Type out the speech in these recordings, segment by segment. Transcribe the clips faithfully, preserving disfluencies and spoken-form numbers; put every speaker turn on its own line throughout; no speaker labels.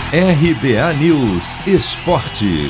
R B A News Esporte.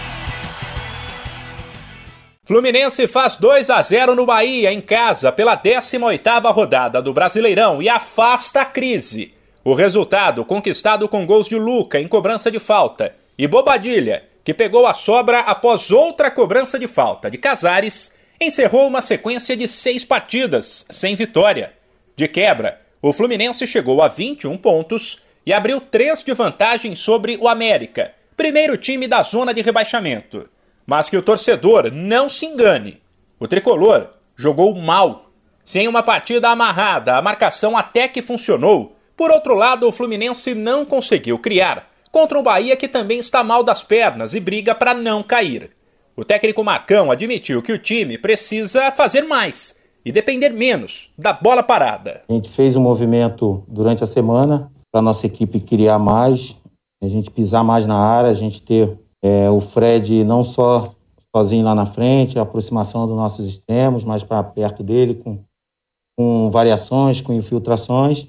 Fluminense faz dois a zero no Bahia, em casa, pela décima oitava rodada do Brasileirão e afasta a crise. O resultado conquistado com gols de Luca em cobrança de falta e Bobadilha, que pegou a sobra após outra cobrança de falta de Casares, encerrou uma sequência de seis partidas, sem vitória. De quebra, o Fluminense chegou a vinte e um pontos e abriu três de vantagem sobre o América, primeiro time da zona de rebaixamento. Mas que o torcedor não se engane. O tricolor jogou mal. Sem uma partida amarrada, a marcação até que funcionou. Por outro lado, o Fluminense não conseguiu criar contra um Bahia que também está mal das pernas e briga para não cair. O técnico Marcão admitiu que o time precisa fazer mais e depender menos da bola parada.
A gente fez um movimento durante a semana para a nossa equipe criar mais, a gente pisar mais na área, a gente ter é, o Fred não só sozinho lá na frente, a aproximação dos nossos extremos, mais para perto dele, com, com variações, com infiltrações.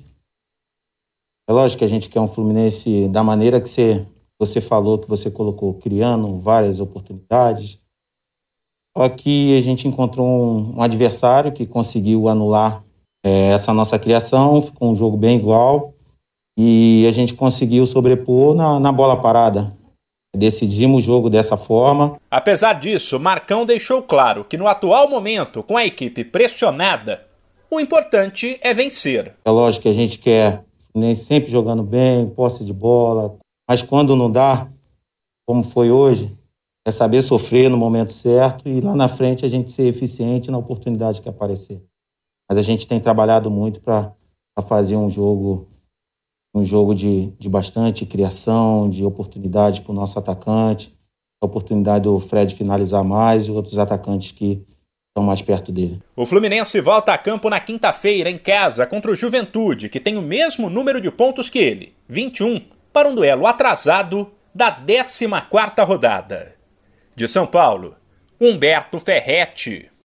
É lógico que a gente quer um Fluminense da maneira que você, você falou, que você colocou, criando várias oportunidades. Só que a gente encontrou um, um adversário que conseguiu anular é, essa nossa criação, ficou um jogo bem igual e a gente conseguiu sobrepor na, na bola parada. Decidimos o jogo dessa forma.
Apesar disso, Marcão deixou claro que no atual momento, com a equipe pressionada, o importante é vencer.
É lógico que a gente quer nem sempre jogando bem, posse de bola, mas quando não dá, como foi hoje, é saber sofrer no momento certo e lá na frente a gente ser eficiente na oportunidade que aparecer. Mas a gente tem trabalhado muito para fazer um jogo, um jogo de, de bastante criação, de oportunidade para o nosso atacante, a oportunidade do Fred finalizar mais e outros atacantes que estão mais perto dele.
O Fluminense volta a campo na quinta-feira em casa contra o Juventude, que tem o mesmo número de pontos que ele, vinte e um, para um duelo atrasado da décima quarta rodada. De São Paulo, Humberto Ferretti.